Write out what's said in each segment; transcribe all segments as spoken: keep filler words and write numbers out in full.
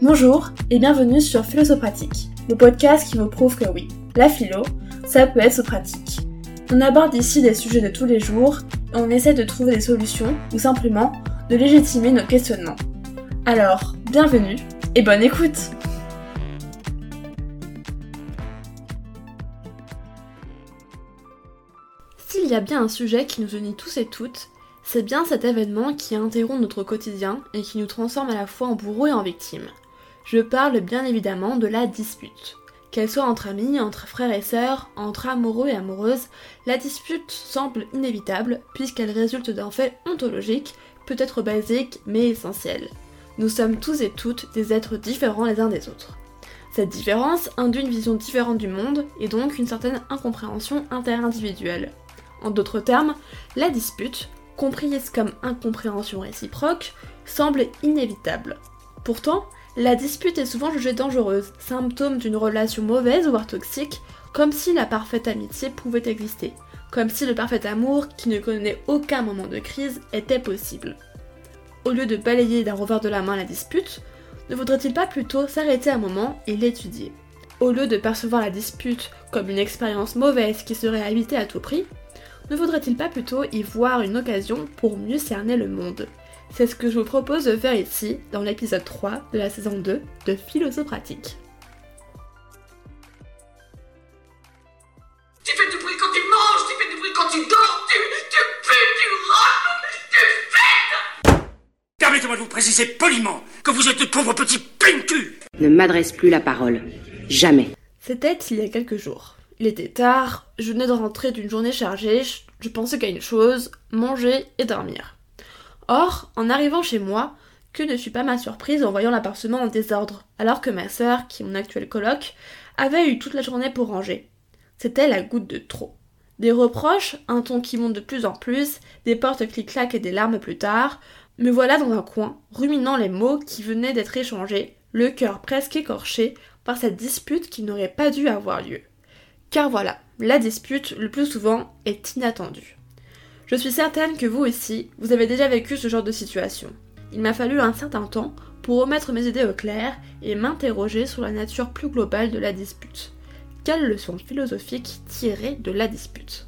Bonjour et bienvenue sur Philosopratique, le podcast qui vous prouve que oui, la philo, ça peut être pratique. On aborde ici des sujets de tous les jours et on essaie de trouver des solutions ou simplement de légitimer nos questionnements. Alors, bienvenue et bonne écoute! S'il y a bien un sujet qui nous unit tous et toutes, c'est bien cet événement qui interrompt notre quotidien et qui nous transforme à la fois en bourreau et en victime. Je parle bien évidemment de la dispute. Qu'elle soit entre amis, entre frères et sœurs, entre amoureux et amoureuses, la dispute semble inévitable puisqu'elle résulte d'un fait ontologique, peut-être basique mais essentiel. Nous sommes tous et toutes des êtres différents les uns des autres. Cette différence induit une vision différente du monde et donc une certaine incompréhension interindividuelle. En d'autres termes, la dispute, comprise comme incompréhension réciproque, semble inévitable. Pourtant, la dispute est souvent jugée dangereuse, symptôme d'une relation mauvaise voire toxique, comme si la parfaite amitié pouvait exister, comme si le parfait amour, qui ne connaît aucun moment de crise, était possible. Au lieu de balayer d'un revers de la main la dispute, ne faudrait-il pas plutôt s'arrêter un moment et l'étudier? Au lieu de percevoir la dispute comme une expérience mauvaise qui serait à éviter à tout prix, ne faudrait-il pas plutôt y voir une occasion pour mieux cerner le monde? C'est ce que je vous propose de faire ici, dans l'épisode trois de la saison deux de Philosopratique. Tu fais du bruit quand tu manges, tu fais du bruit quand tu dors, tu, tu pues, tu rames, tu fêtes. Permettez-moi de vous préciser poliment que vous êtes de pauvres petits pin-cul. Ne m'adresse plus la parole. Jamais. C'était il y a quelques jours. Il était tard, je venais de rentrer d'une journée chargée, je pensais qu'à une chose, manger et dormir. Or, en arrivant chez moi, que ne fut pas ma surprise en voyant l'appartement en désordre, alors que ma sœur, qui est mon actuelle coloc, avait eu toute la journée pour ranger. C'était la goutte de trop. Des reproches, un ton qui monte de plus en plus, des portes clic-clac et des larmes plus tard, me voilà dans un coin, ruminant les mots qui venaient d'être échangés, le cœur presque écorché par cette dispute qui n'aurait pas dû avoir lieu. Car voilà, la dispute, le plus souvent, est inattendue. Je suis certaine que vous aussi, vous avez déjà vécu ce genre de situation. Il m'a fallu un certain temps pour remettre mes idées au clair et m'interroger sur la nature plus globale de la dispute. Quelle leçon philosophique tirer de la dispute?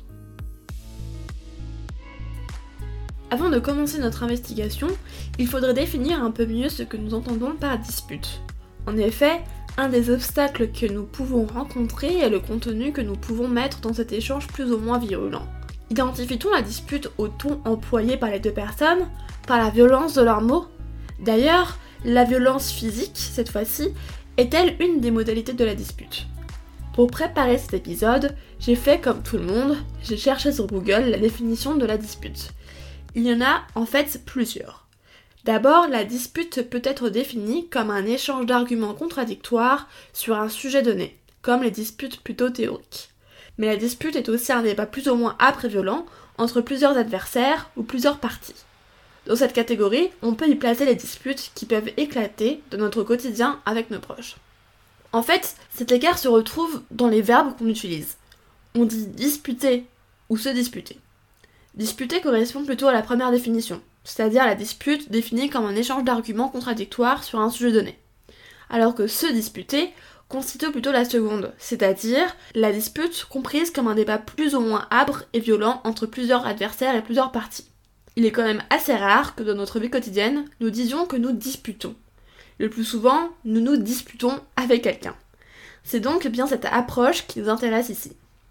Avant de commencer notre investigation, il faudrait définir un peu mieux ce que nous entendons par dispute. En effet, un des obstacles que nous pouvons rencontrer est le contenu que nous pouvons mettre dans cet échange plus ou moins virulent. Identifie-t-on la dispute au ton employé par les deux personnes, par la violence de leurs mots? D'ailleurs, la violence physique, cette fois-ci, est-elle une des modalités de la dispute? Pour préparer cet épisode, j'ai fait comme tout le monde, j'ai cherché sur Google la définition de la dispute. Il y en a en fait plusieurs. D'abord, la dispute peut être définie comme un échange d'arguments contradictoires sur un sujet donné, comme les disputes plutôt théoriques. Mais la dispute est aussi un débat plus ou moins âpre et violent entre plusieurs adversaires ou plusieurs parties. Dans cette catégorie, on peut y placer les disputes qui peuvent éclater dans notre quotidien avec nos proches. En fait, cet écart se retrouve dans les verbes qu'on utilise. On dit disputer ou se disputer. Disputer correspond plutôt à la première définition, c'est-à-dire la dispute définie comme un échange d'arguments contradictoires sur un sujet donné. Alors que se disputer constitue plutôt la seconde, c'est-à-dire la dispute comprise comme un débat plus ou moins âpre et violent entre plusieurs adversaires et plusieurs parties. Il est quand même assez rare que dans notre vie quotidienne, nous disions que nous disputons. Le plus souvent, nous nous disputons avec quelqu'un. C'est donc bien cette approche qui nous intéresse ici.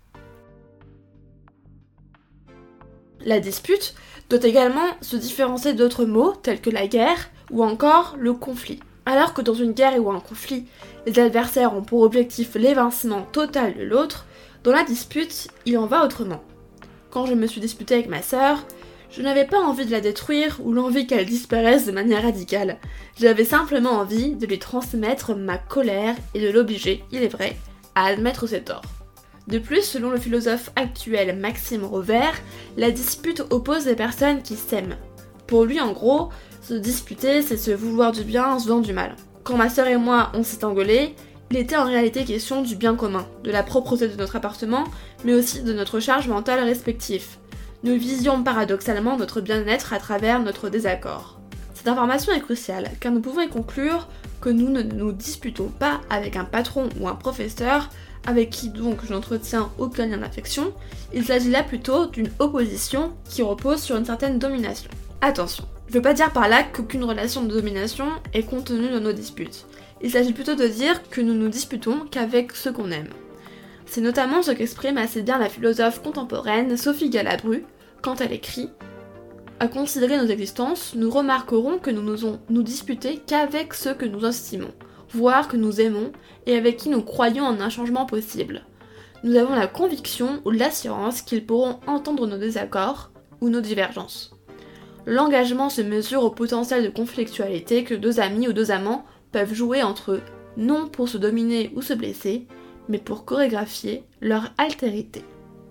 La dispute doit également se différencier d'autres mots tels que la guerre ou encore le conflit. Alors que dans une guerre ou un conflit, les adversaires ont pour objectif l'évincement total de l'autre, dans la dispute, il en va autrement. Quand je me suis disputée avec ma sœur, je n'avais pas envie de la détruire ou l'envie qu'elle disparaisse de manière radicale. J'avais simplement envie de lui transmettre ma colère et de l'obliger, il est vrai, à admettre ses torts. De plus, selon le philosophe actuel Maxime Rovère, la dispute oppose des personnes qui s'aiment. Pour lui, en gros, se disputer, c'est se vouloir du bien en se faisant du mal. Quand ma sœur et moi, on s'est engueulés, il était en réalité question du bien commun, de la propreté de notre appartement, mais aussi de notre charge mentale respective. Nous visions paradoxalement notre bien-être à travers notre désaccord. Cette information est cruciale, car nous pouvons y conclure que nous ne nous disputons pas avec un patron ou un professeur, avec qui donc je n'entretiens aucun lien d'affection, il s'agit là plutôt d'une opposition qui repose sur une certaine domination. Attention, je ne veux pas dire par là qu'aucune relation de domination est contenue dans nos disputes. Il s'agit plutôt de dire que nous nous disputons qu'avec ceux qu'on aime. C'est notamment ce qu'exprime assez bien la philosophe contemporaine Sophie Galabru quand elle écrit « À considérer nos existences, nous remarquerons que nous n'osons nous disputer qu'avec ceux que nous estimons, voire que nous aimons, et avec qui nous croyons en un changement possible. Nous avons la conviction ou l'assurance qu'ils pourront entendre nos désaccords ou nos divergences. L'engagement se mesure au potentiel de conflictualité que deux amis ou deux amants peuvent jouer entre eux, non pour se dominer ou se blesser, mais pour chorégraphier leur altérité. »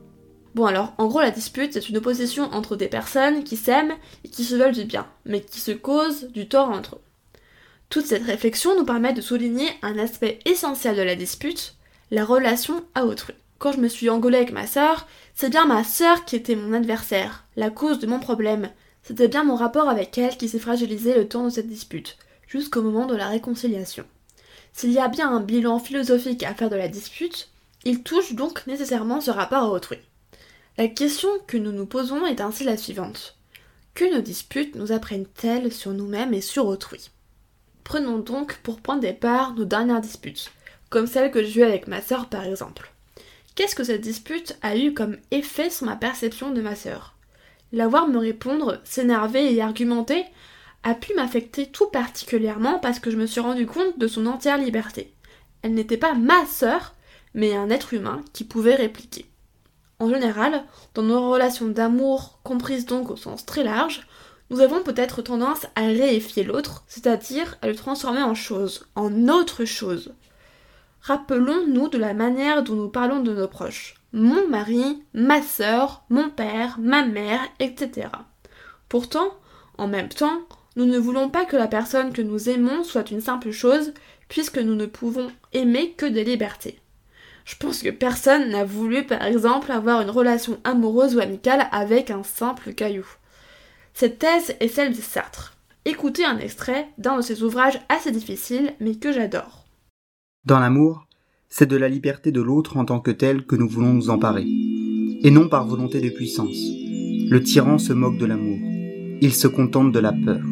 Bon alors, en gros la dispute c'est une opposition entre des personnes qui s'aiment et qui se veulent du bien, mais qui se causent du tort entre eux. Toute cette réflexion nous permet de souligner un aspect essentiel de la dispute, la relation à autrui. Quand je me suis engueulée avec ma sœur, c'est bien ma sœur qui était mon adversaire, la cause de mon problème. C'était bien mon rapport avec elle qui s'est fragilisé le temps de cette dispute, jusqu'au moment de la réconciliation. S'il y a bien un bilan philosophique à faire de la dispute, il touche donc nécessairement ce rapport à autrui. La question que nous nous posons est ainsi la suivante. Que nos disputes nous apprennent-elles sur nous-mêmes et sur autrui ? Prenons donc pour point de départ nos dernières disputes, comme celle que j'ai eue avec ma sœur par exemple. Qu'est-ce que cette dispute a eu comme effet sur ma perception de ma sœur ? La voir me répondre, s'énerver et argumenter a pu m'affecter tout particulièrement parce que je me suis rendu compte de son entière liberté. Elle n'était pas ma sœur, mais un être humain qui pouvait répliquer. En général, dans nos relations d'amour, comprises donc au sens très large, nous avons peut-être tendance à réifier l'autre, c'est-à-dire à le transformer en chose, en autre chose. Rappelons-nous de la manière dont nous parlons de nos proches. Mon mari, ma sœur, mon père, ma mère, et cetera. Pourtant, en même temps, nous ne voulons pas que la personne que nous aimons soit une simple chose, puisque nous ne pouvons aimer que des libertés. Je pense que personne n'a voulu, par exemple, avoir une relation amoureuse ou amicale avec un simple caillou. Cette thèse est celle de Sartre. Écoutez un extrait d'un de ses ouvrages assez difficiles, mais que j'adore. Dans l'amour, c'est de la liberté de l'autre en tant que telle que nous voulons nous emparer, et non par volonté de puissance. Le tyran se moque de l'amour. Il se contente de la peur.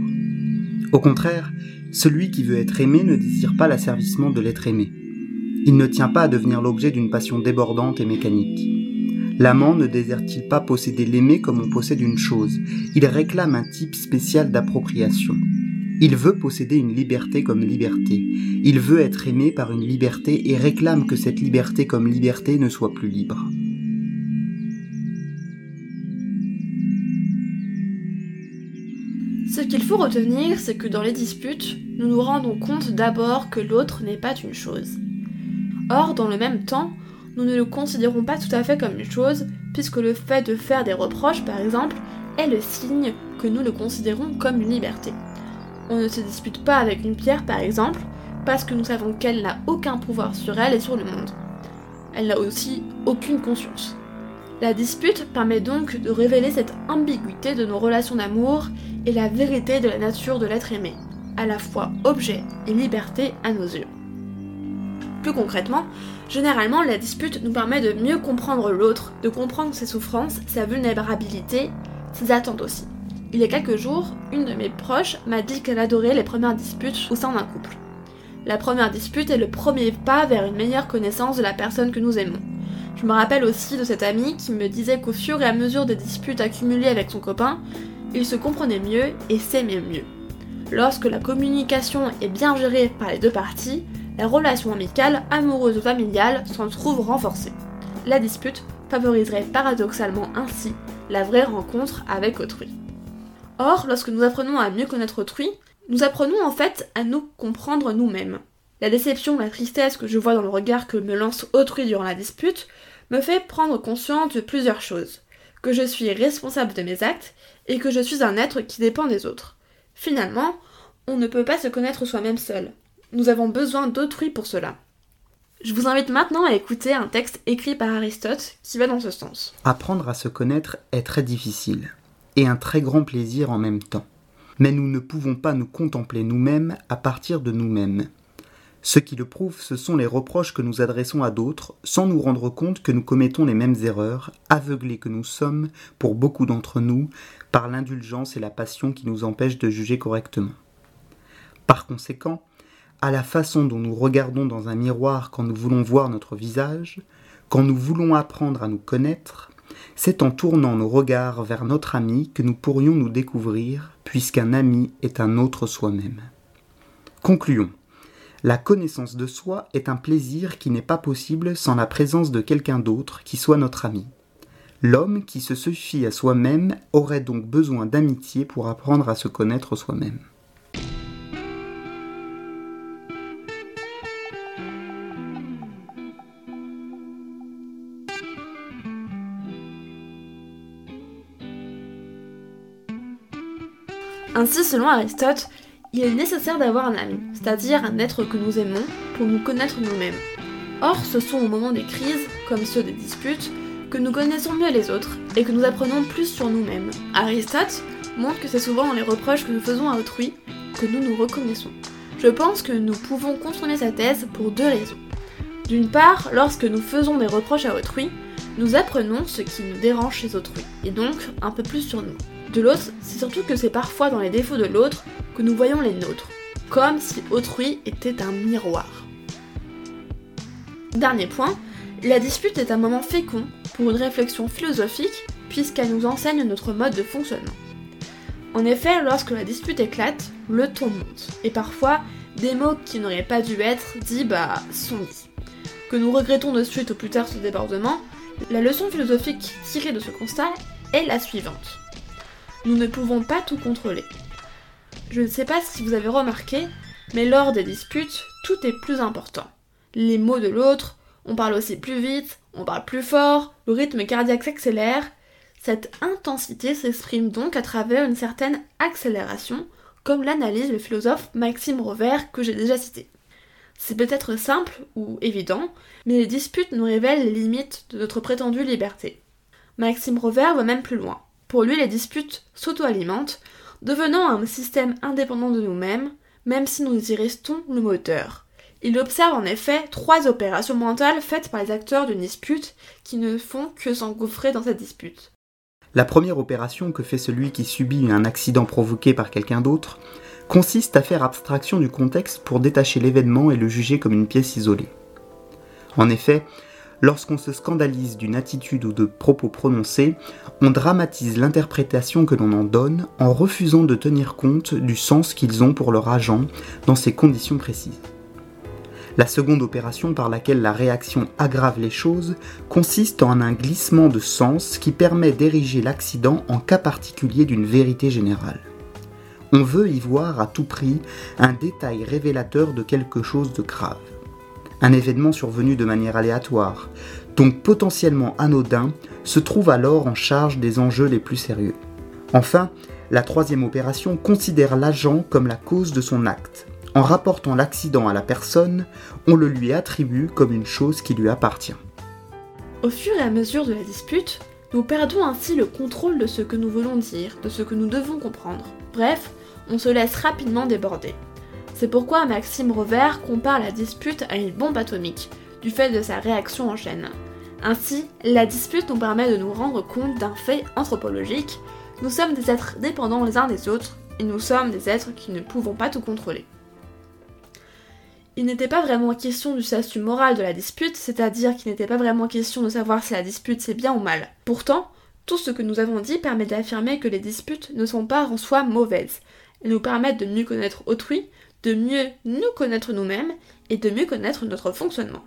Au contraire, celui qui veut être aimé ne désire pas l'asservissement de l'être aimé. Il ne tient pas à devenir l'objet d'une passion débordante et mécanique. L'amant ne désire-t-il pas posséder l'aimé comme on possède une chose ? Il réclame un type spécial d'appropriation. Il veut posséder une liberté comme liberté. Il veut être aimé par une liberté et réclame que cette liberté comme liberté ne soit plus libre. Ce qu'il faut retenir, c'est que dans les disputes, nous nous rendons compte d'abord que l'autre n'est pas une chose. Or, dans le même temps, nous ne le considérons pas tout à fait comme une chose, puisque le fait de faire des reproches, par exemple, est le signe que nous le considérons comme une liberté. On ne se dispute pas avec une pierre, par exemple, parce que nous savons qu'elle n'a aucun pouvoir sur elle et sur le monde. Elle n'a aussi aucune conscience. La dispute permet donc de révéler cette ambiguïté de nos relations d'amour et la vérité de la nature de l'être aimé, à la fois objet et liberté à nos yeux. Plus concrètement, généralement la dispute nous permet de mieux comprendre l'autre, de comprendre ses souffrances, sa vulnérabilité, ses attentes aussi. Il y a quelques jours, une de mes proches m'a dit qu'elle adorait les premières disputes au sein d'un couple. La première dispute est le premier pas vers une meilleure connaissance de la personne que nous aimons. Je me rappelle aussi de cette amie qui me disait qu'au fur et à mesure des disputes accumulées avec son copain, ils se comprenaient mieux et s'aimaient mieux. Lorsque la communication est bien gérée par les deux parties, la relation amicale, amoureuse ou familiale s'en trouve renforcée. La dispute favoriserait paradoxalement ainsi la vraie rencontre avec autrui. Or, lorsque nous apprenons à mieux connaître autrui, nous apprenons en fait à nous comprendre nous-mêmes. La déception, la tristesse que je vois dans le regard que me lance autrui durant la dispute me fait prendre conscience de plusieurs choses. Que je suis responsable de mes actes et que je suis un être qui dépend des autres. Finalement, on ne peut pas se connaître soi-même seul. Nous avons besoin d'autrui pour cela. Je vous invite maintenant à écouter un texte écrit par Aristote qui va dans ce sens. Apprendre à se connaître est très difficile, et un très grand plaisir en même temps. mais nous ne pouvons pas nous contempler nous-mêmes à partir de nous-mêmes. Ce qui le prouve, ce sont les reproches que nous adressons à d'autres, sans nous rendre compte que nous commettons les mêmes erreurs, aveuglés que nous sommes, pour beaucoup d'entre nous, par l'indulgence et la passion qui nous empêchent de juger correctement. Par conséquent, à la façon dont nous regardons dans un miroir quand nous voulons voir notre visage, quand nous voulons apprendre à nous connaître, c'est en tournant nos regards vers notre ami que nous pourrions nous découvrir, puisqu'un ami est un autre soi-même. Concluons. La connaissance de soi est un plaisir qui n'est pas possible sans la présence de quelqu'un d'autre qui soit notre ami. L'homme qui se suffit à soi-même aurait donc besoin d'amitié pour apprendre à se connaître soi-même. Ainsi, selon Aristote, il est nécessaire d'avoir un ami, c'est-à-dire un être que nous aimons, pour nous connaître nous-mêmes. Or, ce sont au moment des crises, comme ceux des disputes, que nous connaissons mieux les autres et que nous apprenons plus sur nous-mêmes. Aristote montre que c'est souvent dans les reproches que nous faisons à autrui que nous nous reconnaissons. Je pense que nous pouvons confirmer sa thèse pour deux raisons. D'une part, lorsque nous faisons des reproches à autrui, nous apprenons ce qui nous dérange chez autrui, et donc un peu plus sur nous. De l'autre, c'est surtout que c'est parfois dans les défauts de l'autre que nous voyons les nôtres, comme si autrui était un miroir. Dernier point, la dispute est un moment fécond pour une réflexion philosophique puisqu'elle nous enseigne notre mode de fonctionnement. En effet, lorsque la dispute éclate, le ton monte, et parfois, des mots qui n'auraient pas dû être dits, bah, sont dits. Que nous regrettons de suite ou plus tard ce débordement, la leçon philosophique tirée de ce constat est la suivante. Nous ne pouvons pas tout contrôler. Je ne sais pas si vous avez remarqué, mais lors des disputes, tout est plus important. Les mots de l'autre, on parle aussi plus vite, on parle plus fort, le rythme cardiaque s'accélère. Cette intensité s'exprime donc à travers une certaine accélération, comme l'analyse le philosophe Maxime Rovère que j'ai déjà cité. C'est peut-être simple ou évident, mais les disputes nous révèlent les limites de notre prétendue liberté. Maxime Rovère va même plus loin. Pour lui, les disputes s'auto-alimentent, devenant un système indépendant de nous-mêmes, même si nous y restons le moteur. Il observe en effet trois opérations mentales faites par les acteurs d'une dispute qui ne font que s'engouffrer dans cette dispute. La première opération que fait celui qui subit un accident provoqué par quelqu'un d'autre consiste à faire abstraction du contexte pour détacher l'événement et le juger comme une pièce isolée. En effet, lorsqu'on se scandalise d'une attitude ou de propos prononcés, on dramatise l'interprétation que l'on en donne en refusant de tenir compte du sens qu'ils ont pour leur agent dans ces conditions précises. La seconde opération par laquelle la réaction aggrave les choses consiste en un glissement de sens qui permet d'ériger l'accident en cas particulier d'une vérité générale. On veut y voir à tout prix un détail révélateur de quelque chose de grave. Un événement survenu de manière aléatoire, donc potentiellement anodin, se trouve alors en charge des enjeux les plus sérieux. Enfin, la troisième opération considère l'agent comme la cause de son acte. En rapportant l'accident à la personne, on le lui attribue comme une chose qui lui appartient. Au fur et à mesure de la dispute, nous perdons ainsi le contrôle de ce que nous voulons dire, de ce que nous devons comprendre. Bref, on se laisse rapidement déborder. C'est pourquoi Maxime Rovère compare la dispute à une bombe atomique, du fait de sa réaction en chaîne. Ainsi, la dispute nous permet de nous rendre compte d'un fait anthropologique. Nous sommes des êtres dépendants les uns des autres, et nous sommes des êtres qui ne pouvons pas tout contrôler. Il n'était pas vraiment question du statut moral de la dispute, c'est-à-dire qu'il n'était pas vraiment question de savoir si la dispute c'est bien ou mal. Pourtant, tout ce que nous avons dit permet d'affirmer que les disputes ne sont pas en soi mauvaises. Elles nous permettent de mieux connaître autrui, de mieux nous connaître nous-mêmes et de mieux connaître notre fonctionnement.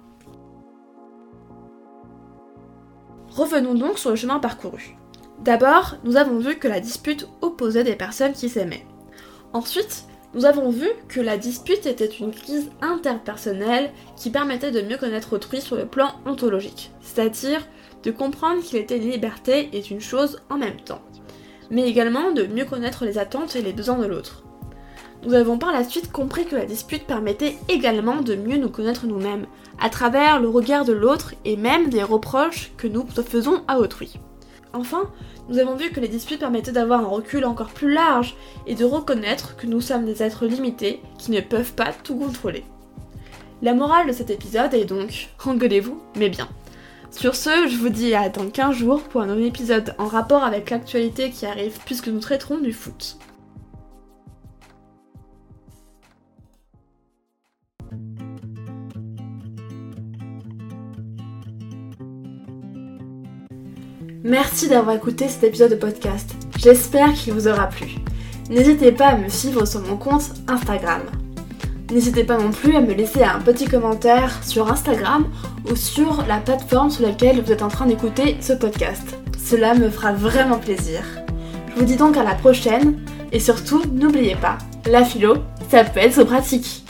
Revenons donc sur le chemin parcouru. D'abord, nous avons vu que la dispute opposait des personnes qui s'aimaient. Ensuite, nous avons vu que la dispute était une crise interpersonnelle qui permettait de mieux connaître autrui sur le plan ontologique, c'est-à-dire de comprendre qu'il était une liberté et une chose en même temps, mais également de mieux connaître les attentes et les besoins de l'autre. Nous avons par la suite compris que la dispute permettait également de mieux nous connaître nous-mêmes, à travers le regard de l'autre et même des reproches que nous faisons à autrui. Enfin, nous avons vu que les disputes permettaient d'avoir un recul encore plus large et de reconnaître que nous sommes des êtres limités qui ne peuvent pas tout contrôler. La morale de cet épisode est donc, engueulez-vous, mais bien. Sur ce, je vous dis à dans quinze jours pour un nouvel épisode en rapport avec l'actualité qui arrive puisque nous traiterons du foot. Merci d'avoir écouté cet épisode de podcast. J'espère qu'il vous aura plu. N'hésitez pas à me suivre sur mon compte Instagram. N'hésitez pas non plus à me laisser un petit commentaire sur Instagram ou sur la plateforme sur laquelle vous êtes en train d'écouter ce podcast. Cela me fera vraiment plaisir. Je vous dis donc à la prochaine et surtout, n'oubliez pas, la philo, ça peut être pratique.